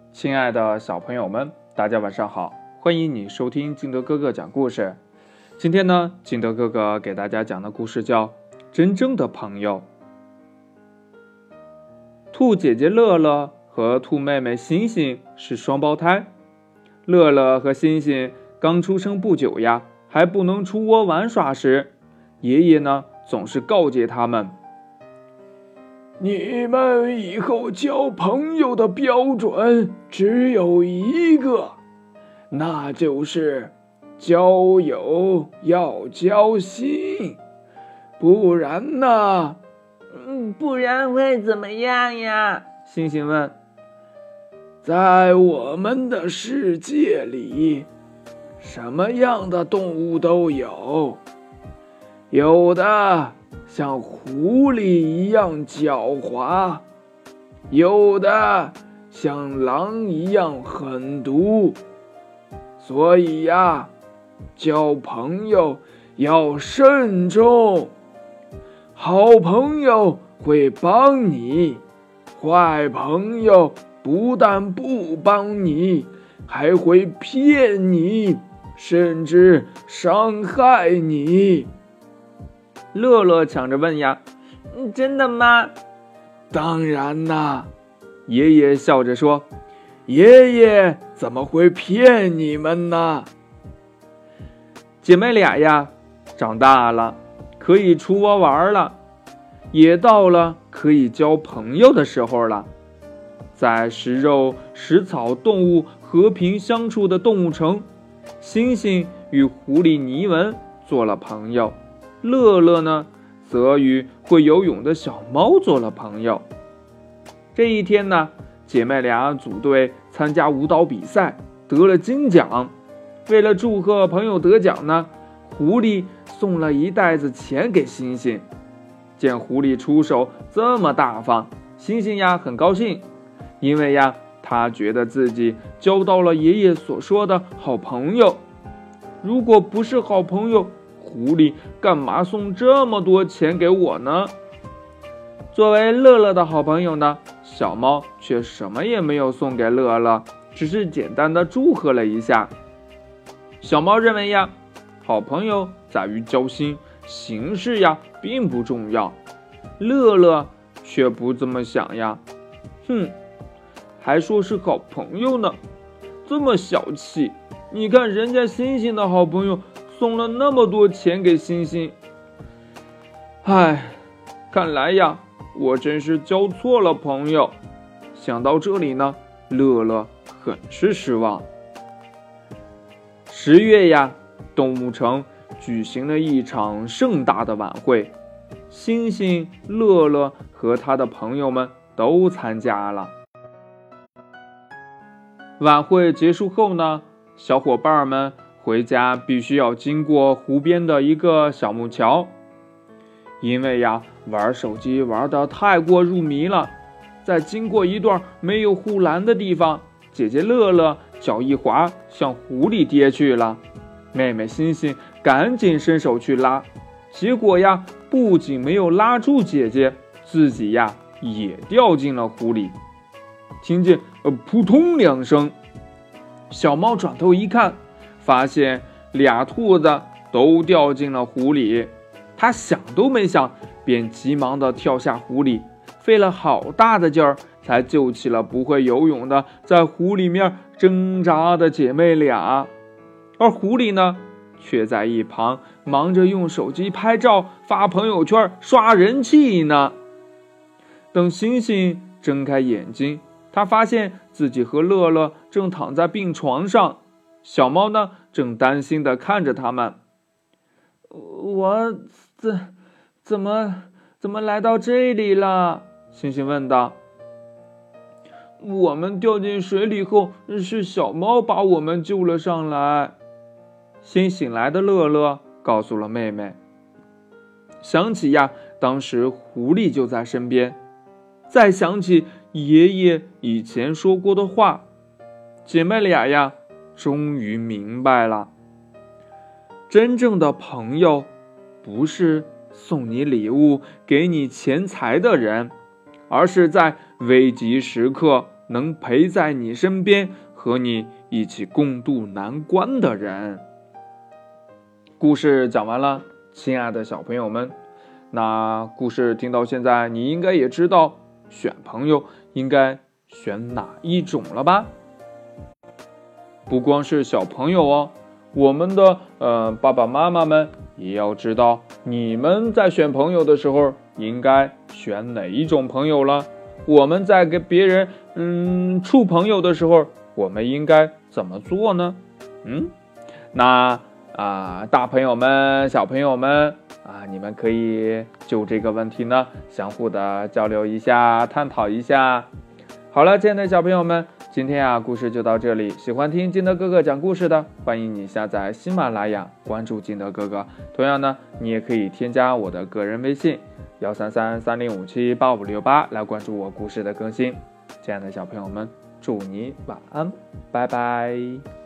亲爱的小朋友们，大家晚上好，欢迎你收听金德哥哥讲故事。今天呢，金德哥哥给大家讲的故事叫《真正的朋友》。兔姐姐乐乐和兔妹妹星星是双胞胎。乐乐和星星刚出生不久呀，还不能出窝玩耍时，爷爷呢总是告诫他们： 你们以后交朋友的标准只有一个，那就是交友要交心，不然呢？ 不然会怎么样呀？ 星星问。 在我们的世界里，什么样的动物都有，有的像狐狸一样狡猾，有的像狼一样狠毒。所以呀，交朋友要慎重。好朋友会帮你，坏朋友不但不帮你，还会骗你，甚至伤害你。 乐乐抢着问呀： 真的吗？ 当然啦，爷爷笑着说，爷爷怎么会骗你们呢？ 姐妹俩呀，长大了，可以出窝玩了，也到了可以交朋友的时候了。在食肉食草动物和平相处的动物城，星星与狐狸尼文做了朋友，乐乐呢则与会游泳的小猫做了朋友。这一天呢，姐妹俩组队参加舞蹈比赛，得了金奖。为了祝贺朋友得奖呢，狐狸送了一袋子钱给星星。见狐狸出手这么大方，星星呀很高兴，因为呀他觉得自己交到了爷爷所说的好朋友。如果不是好朋友，狐狸干嘛送这么多钱给我呢？作为乐乐的好朋友呢，小猫却什么也没有送给乐乐，只是简单的祝贺了一下。小猫认为呀，好朋友在于交心，形式呀并不重要。乐乐却不这么想呀，还说是好朋友呢，这么小气。你看人家星星的好朋友送了那么多钱给星星。看来呀，我真是交错了朋友。想到这里呢，乐乐很是失望。10月呀，动物城举行了一场盛大的晚会，星星、乐乐和他的朋友们都参加了。晚会结束后呢，小伙伴们回家必须要经过湖边的一个小木桥。因为呀，玩手机玩得太过入迷了，在经过一段没有护栏的地方，姐姐乐乐脚一滑，向湖里跌去了。妹妹星星赶紧伸手去拉，结果呀，不仅没有拉住姐姐，自己呀也掉进了湖里。听见扑通2声，小猫转头一看，发现俩兔子都掉进了湖里。他想都没想，便急忙地跳下湖里，费了好大的劲儿，才救起了不会游泳的在湖里面挣扎的姐妹俩。而狐狸呢，却在一旁忙着用手机拍照、发朋友圈、刷人气呢。等星星睁开眼睛，他发现自己和乐乐正躺在病床上，小猫呢正担心地看着他们。我怎么来到这里了？星星问道。我们掉进水里后，是小猫把我们救了上来。新醒来的乐乐告诉了妹妹。想起呀，当时狐狸就在身边，再想起爷爷以前说过的话，姐妹俩呀，终于明白了。真正的朋友，不是送你礼物、给你钱财的人，而是在危急时刻能陪在你身边，和你一起共度难关的人。故事讲完了，亲爱的小朋友们，那故事听到现在，你应该也知道选朋友应该选哪一种了吧？不光是小朋友哦，我们的爸爸妈妈们也要知道，你们在选朋友的时候应该选哪一种朋友了。我们在跟别人处朋友的时候，我们应该怎么做呢？那大朋友们、小朋友们你们可以就这个问题呢，相互的交流一下，探讨一下。好了，亲爱的小朋友们，今天故事就到这里。喜欢听金德哥哥讲故事的，欢迎你下载喜马拉雅，关注金德哥哥。同样呢，你也可以添加我的个人微信13330578568来关注我故事的更新。亲爱的小朋友们，祝你晚安，拜拜。